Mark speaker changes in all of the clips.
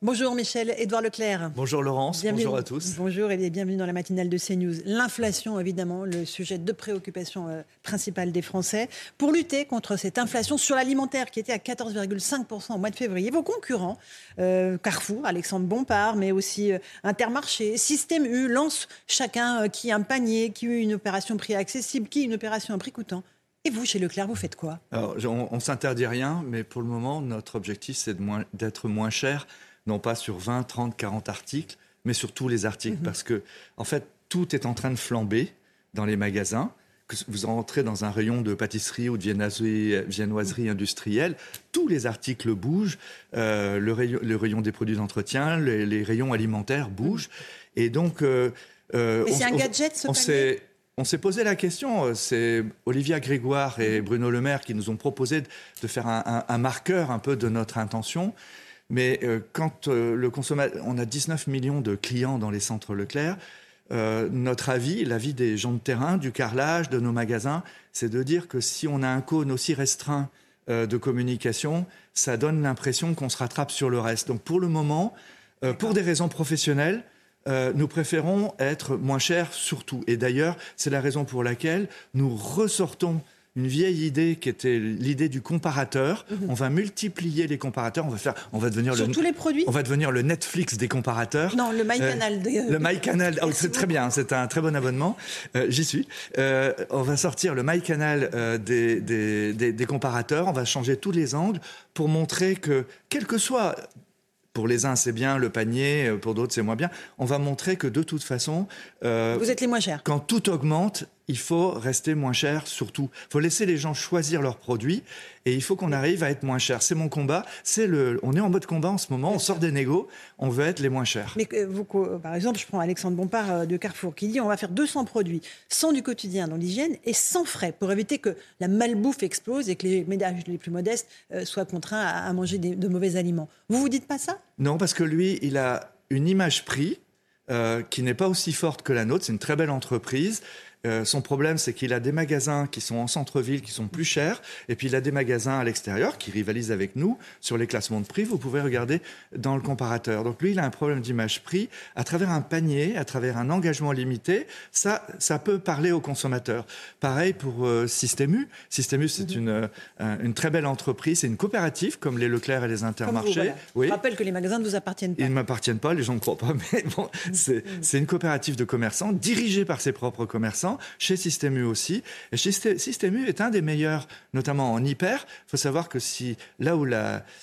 Speaker 1: Bonjour Michel, Édouard Leclerc.
Speaker 2: Bonjour Laurence, bonjour à tous.
Speaker 1: Bonjour et bienvenue dans la matinale de CNews. L'inflation, évidemment, le sujet de préoccupation principale des Français. Pour lutter contre cette inflation sur l'alimentaire qui était à 14,5% au mois de février, vos concurrents, Carrefour, Alexandre Bompard, mais aussi Intermarché, Système U, lancent chacun qui a un panier, qui a une opération prix accessible, qui a une opération à prix coûtant. Et vous, chez Leclerc, vous faites quoi ?
Speaker 2: Alors, on ne s'interdit rien, mais pour le moment, notre objectif, c'est d'être moins cher, non pas sur 20, 30, 40 articles, mais sur tous les articles. Parce que, en fait, tout est en train de flamber dans les magasins. Que vous rentrez dans un rayon de pâtisserie ou de viennoiserie industrielle, tous les articles bougent, le rayon des produits d'entretien, les rayons alimentaires bougent. Et donc...
Speaker 1: mais c'est un gadget, ce panier ?
Speaker 2: On s'est posé la question, c'est Olivia Grégoire et Bruno Le Maire qui nous ont proposé de faire un marqueur un peu de notre intention. Mais quand le consommateur, on a 19 millions de clients dans les centres Leclerc, notre avis, l'avis des gens de terrain, du carrelage, de nos magasins, c'est de dire que si on a un cône aussi restreint de communication, ça donne l'impression qu'on se rattrape sur le reste. Donc pour le moment, pour des raisons professionnelles, nous préférons être moins chers surtout. Et d'ailleurs, c'est la raison pour laquelle nous ressortons une vieille idée qui était l'idée du comparateur. On va multiplier les comparateurs. On va devenir
Speaker 1: sur tous les produits.
Speaker 2: On va devenir le Netflix des comparateurs.
Speaker 1: Non, le MyCanal.
Speaker 2: Le MyCanal. Oh, c'est très bien. C'est un très bon abonnement. J'y suis. On va sortir le MyCanal des comparateurs. On va changer tous les angles pour montrer que, quel que soit... Pour les uns, c'est bien, le panier, pour d'autres, c'est moins bien. On va montrer que de toute façon...
Speaker 1: vous êtes les moins chers.
Speaker 2: Quand tout augmente, il faut rester moins cher surtout. Il faut laisser les gens choisir leurs produits et il faut qu'on arrive à être moins cher. C'est mon combat. On est en mode combat en ce moment. On sort des négos. On veut être les moins chers.
Speaker 1: Mais vous, par exemple, je prends Alexandre Bompard de Carrefour qui dit on va faire 200 produits sans du quotidien dans l'hygiène et sans frais pour éviter que la malbouffe explose et que les ménages les plus modestes soient contraints à manger de mauvais aliments. Vous dites pas ça ?
Speaker 2: Non, parce que lui, il a une image prix qui n'est pas aussi forte que la nôtre. C'est une très belle entreprise. Son problème, c'est qu'il a des magasins qui sont en centre-ville, qui sont plus chers, et puis il a des magasins à l'extérieur qui rivalisent avec nous sur les classements de prix. Vous pouvez regarder dans le comparateur. Donc lui, il a un problème d'image prix. À travers un panier, à travers un engagement limité, ça peut parler aux consommateurs. Pareil pour Système U. Système U, c'est une très belle entreprise. C'est une coopérative, comme les Leclerc et les Intermarchés.
Speaker 1: Voilà.
Speaker 2: Oui.
Speaker 1: Je rappelle que les magasins ne vous appartiennent pas.
Speaker 2: Ils ne m'appartiennent pas, les gens ne croient pas, mais bon, c'est une coopérative de commerçants dirigée par ses propres commerçants. Chez Système U aussi. Et chez Système U est un des meilleurs, notamment en hyper. Il faut savoir que là où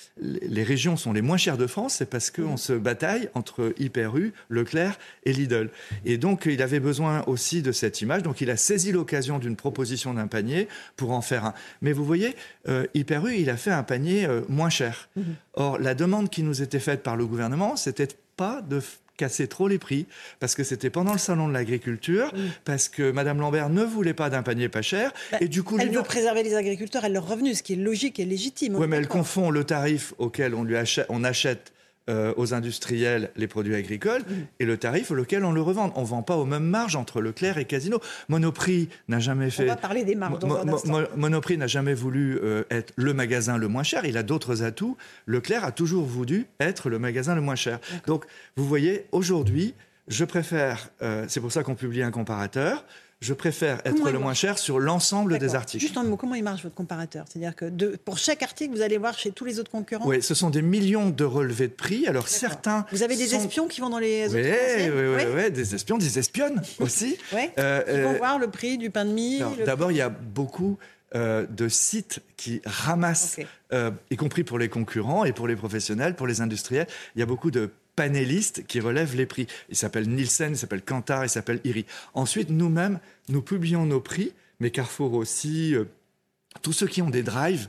Speaker 2: les régions sont les moins chères de France, c'est parce qu'on se bataille entre Hyper U, Leclerc et Lidl. Et donc, il avait besoin aussi de cette image. Donc, il a saisi l'occasion d'une proposition d'un panier pour en faire un. Mais vous voyez, Hyper U, il a fait un panier moins cher. Or, la demande qui nous était faite par le gouvernement, c'était pas de casser trop les prix, parce que c'était pendant le salon de l'agriculture, parce que Madame Lambert ne voulait pas d'un panier pas cher, et du coup...
Speaker 1: Elle veut préserver les agriculteurs et leurs revenus, ce qui est logique et légitime.
Speaker 2: Oui, mais elle confond le tarif auquel on achète aux industriels les produits agricoles et le tarif auquel on le revend. On ne vend pas aux mêmes marges entre Leclerc et Casino. Monoprix n'a jamais fait...
Speaker 1: On va parler des marges dans un instant.
Speaker 2: Monoprix n'a jamais voulu être le magasin le moins cher. Il a d'autres atouts. Leclerc a toujours voulu être le magasin le moins cher. Donc, vous voyez, aujourd'hui, je préfère... c'est pour ça qu'on publie un comparateur. Je préfère être le moins cher sur l'ensemble des articles.
Speaker 1: Juste en mot, comment il marche votre comparateur ? C'est-à-dire que pour chaque article, vous allez voir chez tous les autres concurrents ?
Speaker 2: Oui, ce sont des millions de relevés de prix. Alors certains...
Speaker 1: Vous avez des espions qui vont dans les autres enseignes ?
Speaker 2: Oui, des espions, des espionnes aussi.
Speaker 1: Qui vont voir le prix du pain de mie.
Speaker 2: D'abord, il y a beaucoup de sites qui ramassent, y compris pour les concurrents et pour les professionnels, pour les industriels. Il y a beaucoup de panélistes qui relèvent les prix. Il s'appelle Nielsen, il s'appelle Kantar, il s'appelle IRI. Ensuite, nous-mêmes, nous publions nos prix, mais Carrefour aussi, tous ceux qui ont des drives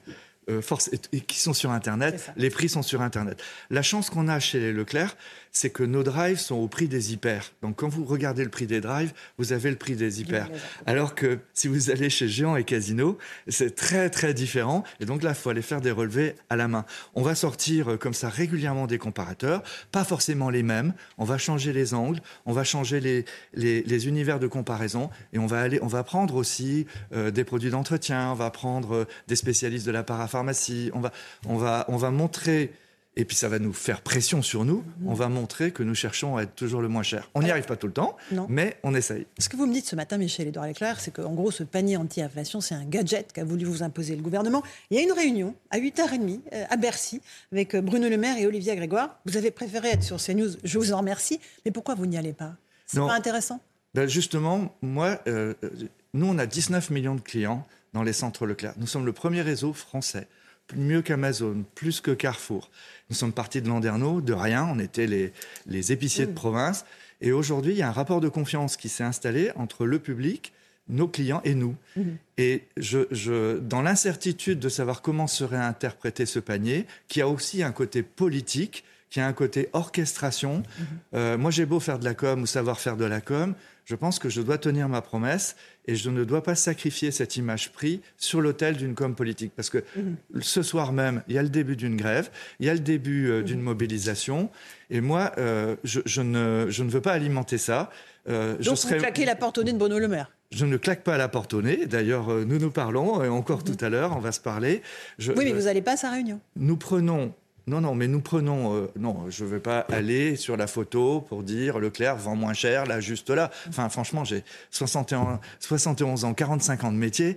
Speaker 2: et qui sont sur Internet, les prix sont sur Internet. La chance qu'on a chez les Leclerc, c'est que nos drives sont au prix des hyper. Donc quand vous regardez le prix des drives, vous avez le prix des hyper. Alors que si vous allez chez Géant et Casino, c'est très très différent. Et donc là, il faut aller faire des relevés à la main. On va sortir comme ça régulièrement des comparateurs, pas forcément les mêmes. On va changer les angles, on va changer les univers de comparaison. Et on va prendre aussi des produits d'entretien, on va prendre des spécialistes de la parapharmacie. On va montrer Et puis ça va nous faire pression sur nous. On va montrer que nous cherchons à être toujours le moins cher. On n'y arrive pas tout le temps, mais on essaye.
Speaker 1: Ce que vous me dites ce matin, Michel-Édouard Leclerc, c'est qu'en gros, ce panier anti-inflation, c'est un gadget qu'a voulu vous imposer le gouvernement. Il y a une réunion à 8h30 à Bercy avec Bruno Le Maire et Olivier Grégoire. Vous avez préféré être sur CNews, je vous en remercie. Mais pourquoi vous n'y allez pas? C'est pas intéressant?
Speaker 2: Justement, moi, nous, on a 19 millions de clients dans les centres Leclerc. Nous sommes le premier réseau français. Mieux qu'Amazon, plus que Carrefour. Nous sommes partis de Landerneau, de rien, on était les épiciers de province. Et aujourd'hui, il y a un rapport de confiance qui s'est installé entre le public, nos clients et nous. Et dans l'incertitude de savoir comment serait interprété ce panier, qui a aussi un côté politique, qui a un côté orchestration, moi j'ai beau faire de la com ou savoir faire de la com, je pense que je dois tenir ma promesse et je ne dois pas sacrifier cette image prix sur l'autel d'une com politique. Parce que ce soir même, il y a le début d'une grève, il y a le début d'une mobilisation. Et moi, je ne veux pas alimenter ça.
Speaker 1: Donc vous claquez la porte au nez de Bruno Le Maire?
Speaker 2: Je ne claque pas la porte au nez. D'ailleurs, nous parlons, et encore tout à l'heure, on va se parler.
Speaker 1: Oui, mais vous n'allez pas à sa réunion.
Speaker 2: Nous prenons... Non, mais nous prenons... non, je ne vais pas aller sur la photo pour dire Leclerc vend moins cher, là, juste là. Enfin, franchement, j'ai 71 ans, 45 ans de métier.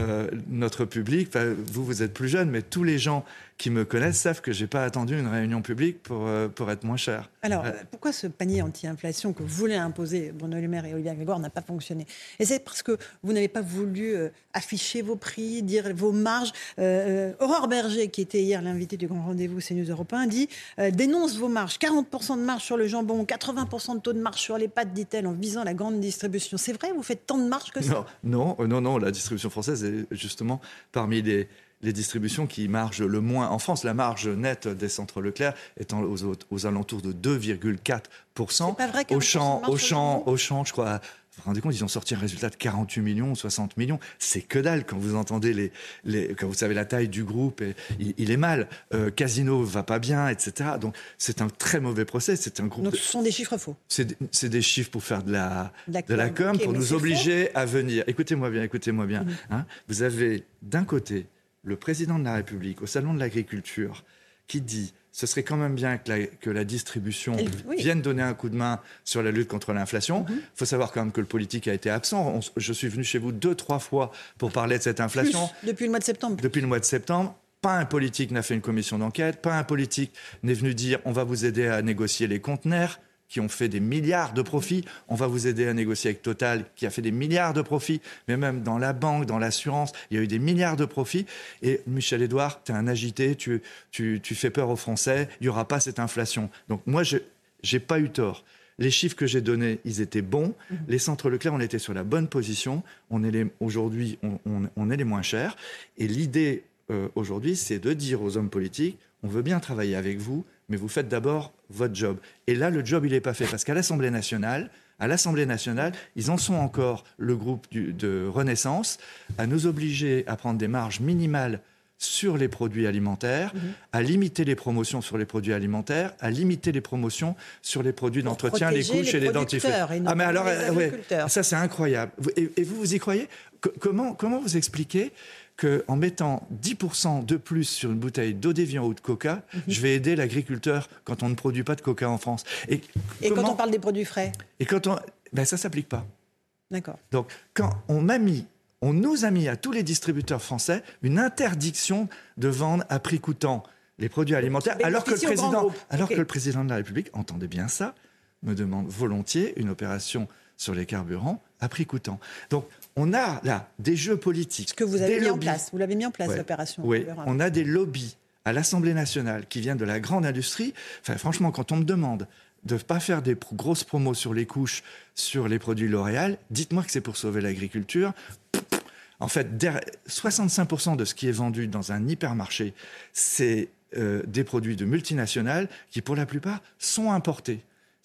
Speaker 2: Notre public, vous êtes plus jeune, mais tous les gens qui me connaissent savent que je n'ai pas attendu une réunion publique pour être moins cher.
Speaker 1: Alors, pourquoi ce panier anti-inflation que voulaient imposer Bruno Le Maire et Olivier Grégoire n'a pas fonctionné? Et c'est parce que vous n'avez pas voulu afficher vos prix, dire vos marges. Aurore Berger, qui était hier l'invitée du grand rendez-vous CNews Europe 1, dit dénonce vos marges. 40% de marge sur le jambon, 80% de taux de marge sur les pâtes, dit-elle, en visant la grande distribution. C'est vrai, vous faites tant de marge que ça?
Speaker 2: Non, la distribution française est justement parmi les distributions qui margent le moins. En France, la marge nette des centres Leclerc étant aux alentours de 2,4%.
Speaker 1: C'est pas vrai,
Speaker 2: Auchan, je crois... Vous vous rendez compte, ils ont sorti un résultat de 48 millions, 60 millions. C'est que dalle quand vous entendez quand vous savez la taille du groupe, et il est mal. Casino va pas bien, etc. Donc c'est un très mauvais procès. C'est un groupe.
Speaker 1: Donc ce sont des chiffres faux.
Speaker 2: C'est des chiffres pour faire de la com, pour nous obliger à venir. Écoutez-moi bien. Hein, vous avez d'un côté le président de la République au salon de l'agriculture qui dit ce serait quand même bien que la distribution vienne donner un coup de main sur la lutte contre l'inflation. Il faut savoir quand même que le politique a été absent. Je suis venu chez vous 2-3 fois pour parler de cette inflation.
Speaker 1: Depuis le mois de septembre.
Speaker 2: Depuis le mois de septembre. Pas un politique n'a fait une commission d'enquête. Pas un politique n'est venu dire on va vous aider à négocier les conteneurs qui ont fait des milliards de profits. On va vous aider à négocier avec Total, qui a fait des milliards de profits. Mais même dans la banque, dans l'assurance, il y a eu des milliards de profits. Et Michel-Édouard, tu es un agité, tu fais peur aux Français, il n'y aura pas cette inflation. Donc moi, je n'ai pas eu tort. Les chiffres que j'ai donnés, ils étaient bons. Les centres Leclerc, on était sur la bonne position. Aujourd'hui, on est les moins chers. Et l'idée, aujourd'hui, c'est de dire aux hommes politiques, on veut bien travailler avec vous, mais vous faites d'abord votre job. Et là, le job, il n'est pas fait. Parce qu'à l'Assemblée nationale, ils en sont encore, le groupe de Renaissance, à nous obliger à prendre des marges minimales sur les produits alimentaires, à limiter les promotions sur les produits alimentaires, à limiter les promotions sur les produits d'entretien, les couches et les dentifrices.
Speaker 1: Ah mais alors,
Speaker 2: ça c'est incroyable. Et vous y croyez? Comment vous expliquez qu'en mettant 10% de plus sur une bouteille d'eau d'évian ou de coca, je vais aider l'agriculteur quand on ne produit pas de coca en France?
Speaker 1: Et quand on parle des produits frais?
Speaker 2: Ça ne s'applique pas.
Speaker 1: D'accord.
Speaker 2: Donc, quand on nous a mis à tous les distributeurs français une interdiction de vendre à prix coûtant les produits alimentaires, alors que le président de la République, entendez bien ça, me demande volontiers une opération sur les carburants à prix coûtant. Donc, on a là des jeux politiques.
Speaker 1: Ce que vous avez mis en place. Vous l'avez mis en place, l'opération.
Speaker 2: Oui, on a des lobbies à l'Assemblée nationale qui viennent de la grande industrie. Enfin, franchement, quand on me demande de ne pas faire des grosses promos sur les couches, sur les produits L'Oréal, dites-moi que c'est pour sauver l'agriculture. En fait, 65% de ce qui est vendu dans un hypermarché, c'est des produits de multinationales qui, pour la plupart, sont importés,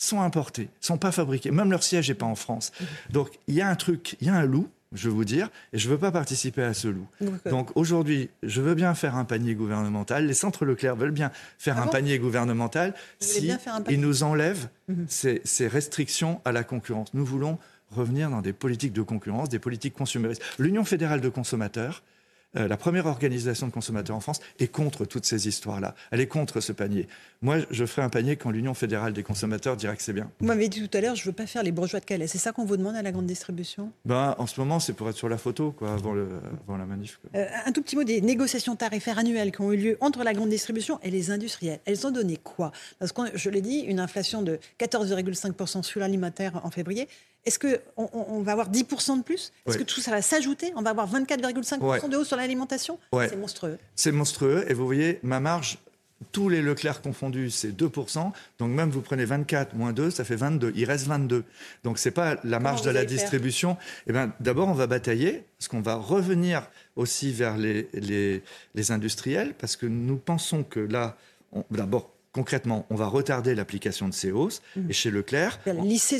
Speaker 2: sont pas fabriqués. Même leur siège n'est pas en France. Donc, il y a un loup, je veux vous dire, et je ne veux pas participer à ce loup. Donc aujourd'hui, je veux bien faire un panier gouvernemental. Les centres Leclerc veulent bien faire un panier gouvernemental si ils nous enlèvent ces restrictions à la concurrence. Nous voulons revenir dans des politiques de concurrence, des politiques consuméristes. L'Union fédérale de consommateurs la première organisation de consommateurs en France, est contre toutes ces histoires-là. Elle est contre ce panier. Moi, je ferai un panier quand l'Union fédérale des consommateurs dira que c'est bien.
Speaker 1: Vous m'avez dit tout à l'heure, je ne veux pas faire les bourgeois de Calais. C'est ça qu'on vous demande à la grande distribution ?
Speaker 2: En ce moment, c'est pour être sur la photo, quoi, avant la manif.
Speaker 1: Un tout petit mot des négociations tarifaires annuelles qui ont eu lieu entre la grande distribution et les industriels. Elles ont donné quoi ? Parce que, je l'ai dit, une inflation de 14,5% sur l'alimentaire en février. Est-ce qu'on va avoir 10% de plus ? Est-ce que tout ça va s'ajouter ? On va avoir 24,5% de hausse sur l'alimentation ? C'est monstrueux.
Speaker 2: C'est monstrueux. Et vous voyez, ma marge, tous les Leclerc confondus, c'est 2%. Donc même vous prenez 24 moins 2, ça fait 22. Il reste 22. Donc ce n'est pas la marge de la distribution. D'abord, on va batailler, parce qu'on va revenir aussi vers les industriels, parce que nous pensons que là, d'abord, concrètement, on va retarder l'application de ces hausses. Et chez Leclerc, on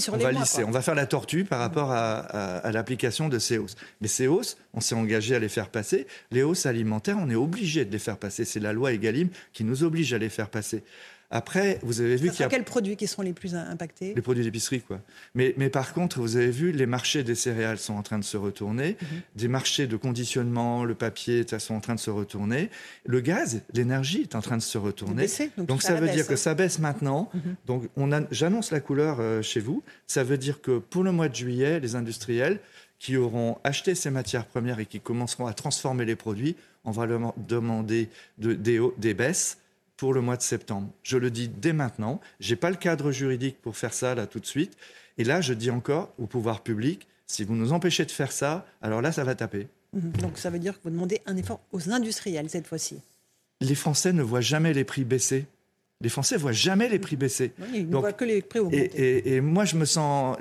Speaker 2: va faire la tortue par rapport à l'application de ces hausses. Mais ces hausses, on s'est engagé à les faire passer. Les hausses alimentaires, on est obligé de les faire passer. C'est la loi Egalim qui nous oblige à les faire passer. Après, vous avez vu qu'il y a...
Speaker 1: Quels produits qui seront les plus impactés ?
Speaker 2: Les produits d'épicerie, quoi. Mais par contre, vous avez vu, les marchés des céréales sont en train de se retourner. Des marchés de conditionnement, le papier, sont en train de se retourner. Le gaz, l'énergie est en train de se retourner. Donc ça veut dire que ça baisse maintenant. Donc j'annonce la couleur chez vous. Ça veut dire que pour le mois de juillet, les industriels qui auront acheté ces matières premières et qui commenceront à transformer les produits, on va leur demander des baisses pour le mois de septembre. Je le dis dès maintenant. Je n'ai pas le cadre juridique pour faire ça là tout de suite. Et là, je dis encore au pouvoir public, si vous nous empêchez de faire ça, alors là, ça va taper.
Speaker 1: Donc ça veut dire que vous demandez un effort aux industriels cette fois-ci.
Speaker 2: Les Français ne voient jamais les prix baisser. Les Français ne voient jamais les prix baisser.
Speaker 1: Oui, ils ne voient que les prix augmenter.
Speaker 2: Et moi, je me sens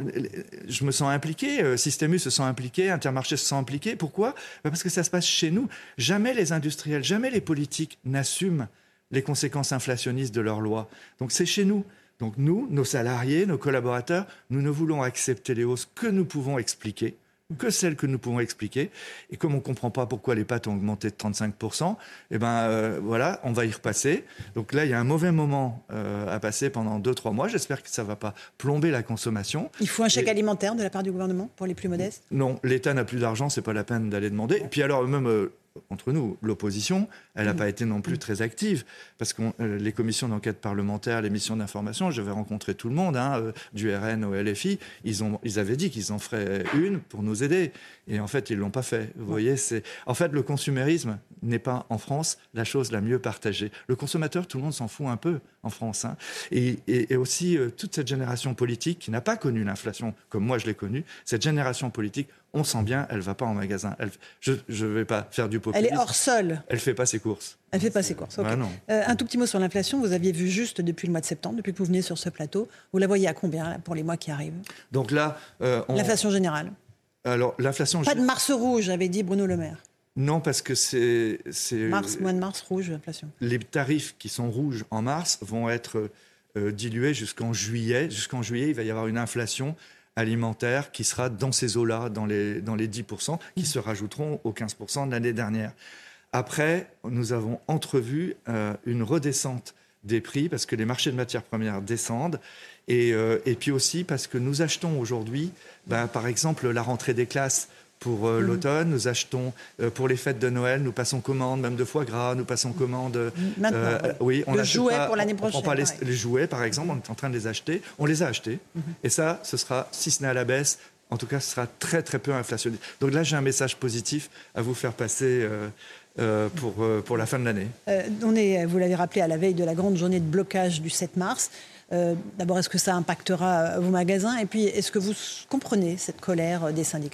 Speaker 2: impliqué. Système U se sent impliqué. Intermarché se sent impliqué. Pourquoi ? Parce que ça se passe chez nous. Jamais les industriels, jamais les politiques n'assument les conséquences inflationnistes de leurs lois. Donc c'est chez nous. Donc nous, nos salariés, nos collaborateurs, nous ne voulons accepter les hausses que nous pouvons expliquer, que celles que nous pouvons expliquer. Et comme on ne comprend pas pourquoi les pâtes ont augmenté de 35%, voilà, on va y repasser. Donc là, il y a un mauvais moment à passer pendant 2-3 mois. J'espère que ça ne va pas plomber la consommation.
Speaker 1: Il faut un chèque alimentaire de la part du gouvernement pour les plus modestes ?
Speaker 2: Non, l'État n'a plus d'argent, ce n'est pas la peine d'aller demander. Et puis alors, même... entre nous, l'opposition, elle n'a pas été non plus très active, parce que les commissions d'enquête parlementaire, les missions d'information, je vais rencontrer tout le monde, du RN au LFI, ils avaient dit qu'ils en feraient une pour nous aider, et en fait, ils ne l'ont pas fait. Vous voyez, en fait, le consumérisme n'est pas, en France, la chose la mieux partagée. Le consommateur, tout le monde s'en fout un peu en France. Et aussi, toute cette génération politique qui n'a pas connu l'inflation, comme moi je l'ai connue, cette génération politique, on sent bien, elle ne va pas en magasin. Je ne vais pas faire du populisme.
Speaker 1: Elle est hors sol.
Speaker 2: Elle ne fait pas ses courses.
Speaker 1: Elle ne fait pas ses courses. Okay.
Speaker 2: Non.
Speaker 1: Un tout petit mot sur l'inflation. Vous aviez vu juste depuis le mois de septembre, depuis que vous venez sur ce plateau. Vous la voyez à combien là, pour les mois qui arrivent ?
Speaker 2: Donc là,
Speaker 1: l'inflation générale.
Speaker 2: Alors, l'inflation...
Speaker 1: Pas de mars rouge, avait dit Bruno Le Maire.
Speaker 2: Non, parce que c'est...
Speaker 1: Mois de mars rouge, l'inflation.
Speaker 2: Les tarifs qui sont rouges en mars vont être dilués jusqu'en juillet. Jusqu'en juillet, il va y avoir une inflation alimentaire qui sera dans ces eaux-là, dans les 10%, qui se rajouteront aux 15% de l'année dernière. Après, nous avons entrevu une redescente des prix parce que les marchés de matières premières descendent et puis aussi parce que nous achetons aujourd'hui, par exemple, la rentrée des classes pour l'automne, nous achetons pour les fêtes de Noël, nous passons commande même de foie gras, nous passons commande...
Speaker 1: oui, on jouet pour l'année prochaine.
Speaker 2: On prend pas les jouets, par exemple, on est en train de les acheter. On les a achetés. Et ça, ce sera, si ce n'est à la baisse, en tout cas, ce sera très, très peu inflationniste. Donc là, j'ai un message positif à vous faire passer pour la fin de l'année.
Speaker 1: On est, vous l'avez rappelé, à la veille de la grande journée de blocage du 7 mars. D'abord, est-ce que ça impactera vos magasins ? Et puis, est-ce que vous comprenez cette colère des syndicats ?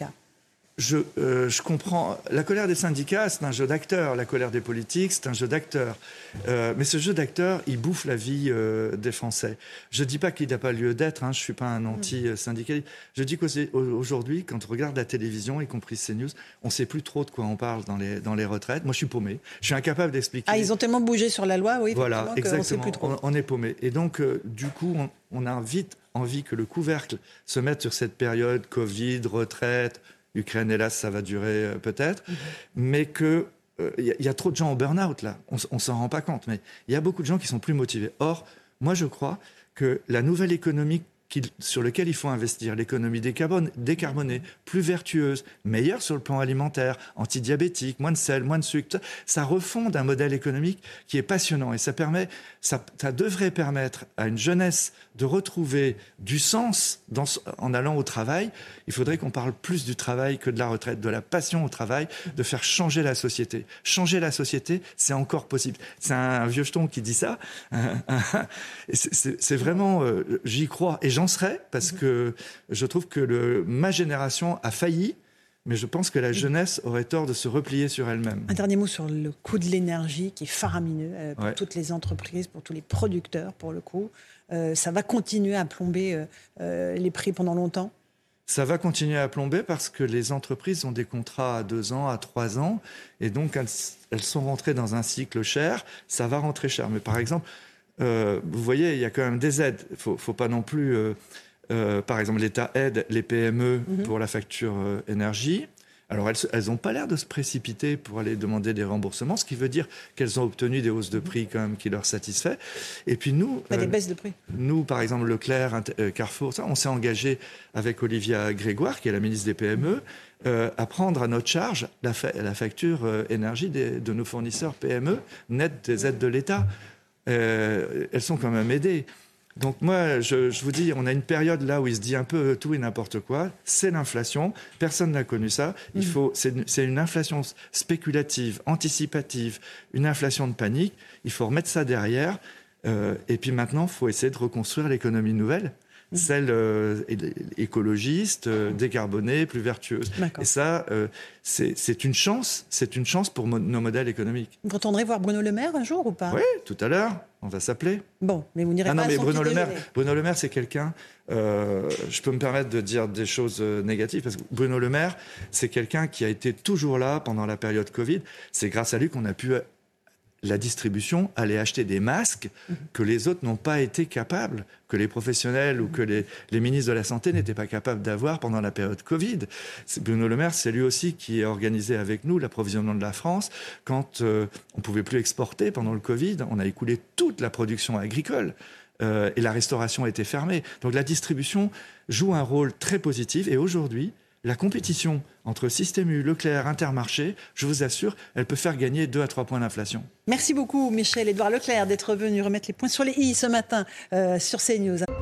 Speaker 2: Je comprends. La colère des syndicats, c'est un jeu d'acteurs. La colère des politiques, c'est un jeu d'acteurs. Mais ce jeu d'acteurs, il bouffe la vie des Français. Je ne dis pas qu'il n'a pas lieu d'être. Je ne suis pas un anti-syndicaliste. Je dis qu'aujourd'hui, quand on regarde la télévision, y compris CNews, on ne sait plus trop de quoi on parle dans les retraites. Moi, je suis paumé. Je suis incapable d'expliquer.
Speaker 1: Ah, ils ont tellement bougé sur la loi, oui.
Speaker 2: Voilà, exactement.
Speaker 1: On sait plus trop.
Speaker 2: On est paumé. Et donc, du coup, on a vite envie que le couvercle se mette sur cette période Covid, retraite. Ukraine, hélas, ça va durer peut-être, mais qu'il y a trop de gens en burn-out, là. On ne s'en rend pas compte, mais il y a beaucoup de gens qui sont plus motivés. Or, moi, je crois que la nouvelle économie sur lequel il faut investir. L'économie décarbonée, plus vertueuse, meilleure sur le plan alimentaire, antidiabétique, moins de sel, moins de sucre. Ça refonde un modèle économique qui est passionnant et ça devrait permettre à une jeunesse de retrouver du sens en allant au travail. Il faudrait qu'on parle plus du travail que de la retraite, de la passion au travail, de faire changer la société. Changer la société, c'est encore possible. C'est un vieux jeton qui dit ça. C'est vraiment, j'y crois et j'en serai parce que je trouve que ma génération a failli. Mais je pense que la jeunesse aurait tort de se replier sur elle-même.
Speaker 1: Un dernier mot sur le coût de l'énergie qui est faramineux pour toutes les entreprises, pour tous les producteurs, pour le coup. Ça va continuer à plomber les prix pendant longtemps?
Speaker 2: Ça va continuer à plomber parce que les entreprises ont des contrats à 2 ans, à 3 ans. Et donc, elles sont rentrées dans un cycle cher. Ça va rentrer cher. Mais par exemple, vous voyez, il y a quand même des aides. Il ne faut pas non plus... par exemple, l'État aide les PME pour la facture énergie. Alors, elles n'ont pas l'air de se précipiter pour aller demander des remboursements, ce qui veut dire qu'elles ont obtenu des hausses de prix quand même qui leur satisfait. Et puis nous...
Speaker 1: des baisses de prix.
Speaker 2: Nous, par exemple, Leclerc, Carrefour, on s'est engagé avec Olivia Grégoire, qui est la ministre des PME, à prendre à notre charge la facture énergie de nos fournisseurs PME, net des aides de l'État. Elles sont quand même aidées. Donc moi, je vous dis, on a une période là où il se dit un peu tout et n'importe quoi. C'est l'inflation. Personne n'a connu ça. C'est une inflation spéculative, anticipative, une inflation de panique. Il faut remettre ça derrière. Et puis maintenant, il faut essayer de reconstruire l'économie nouvelle. Celle écologiste, décarbonée, plus vertueuse. Et ça, c'est une chance pour nos modèles économiques.
Speaker 1: Vous retournerez voir Bruno Le Maire un jour ou pas?
Speaker 2: Oui, tout à l'heure. On va s'appeler.
Speaker 1: Bon, mais vous n'irez pas à son
Speaker 2: Bruno Le Maire, c'est quelqu'un... je peux me permettre de dire des choses négatives, parce que Bruno Le Maire, c'est quelqu'un qui a été toujours là pendant la période Covid. C'est grâce à lui qu'on a pu... la distribution, aller acheter des masques que les autres n'ont pas été capables, que les professionnels ou que les ministres de la Santé n'étaient pas capables d'avoir pendant la période Covid. Bruno Le Maire, c'est lui aussi qui a organisé avec nous l'approvisionnement de la France. Quand on ne pouvait plus exporter pendant le Covid, on a écoulé toute la production agricole. Et la restauration a été fermée. Donc la distribution joue un rôle très positif. Et aujourd'hui, la compétition entre Système U, Leclerc, Intermarché, je vous assure, elle peut faire gagner 2 à 3 points d'inflation.
Speaker 1: Merci beaucoup, Michel-Édouard Leclerc, d'être venu remettre les points sur les i ce matin sur CNews.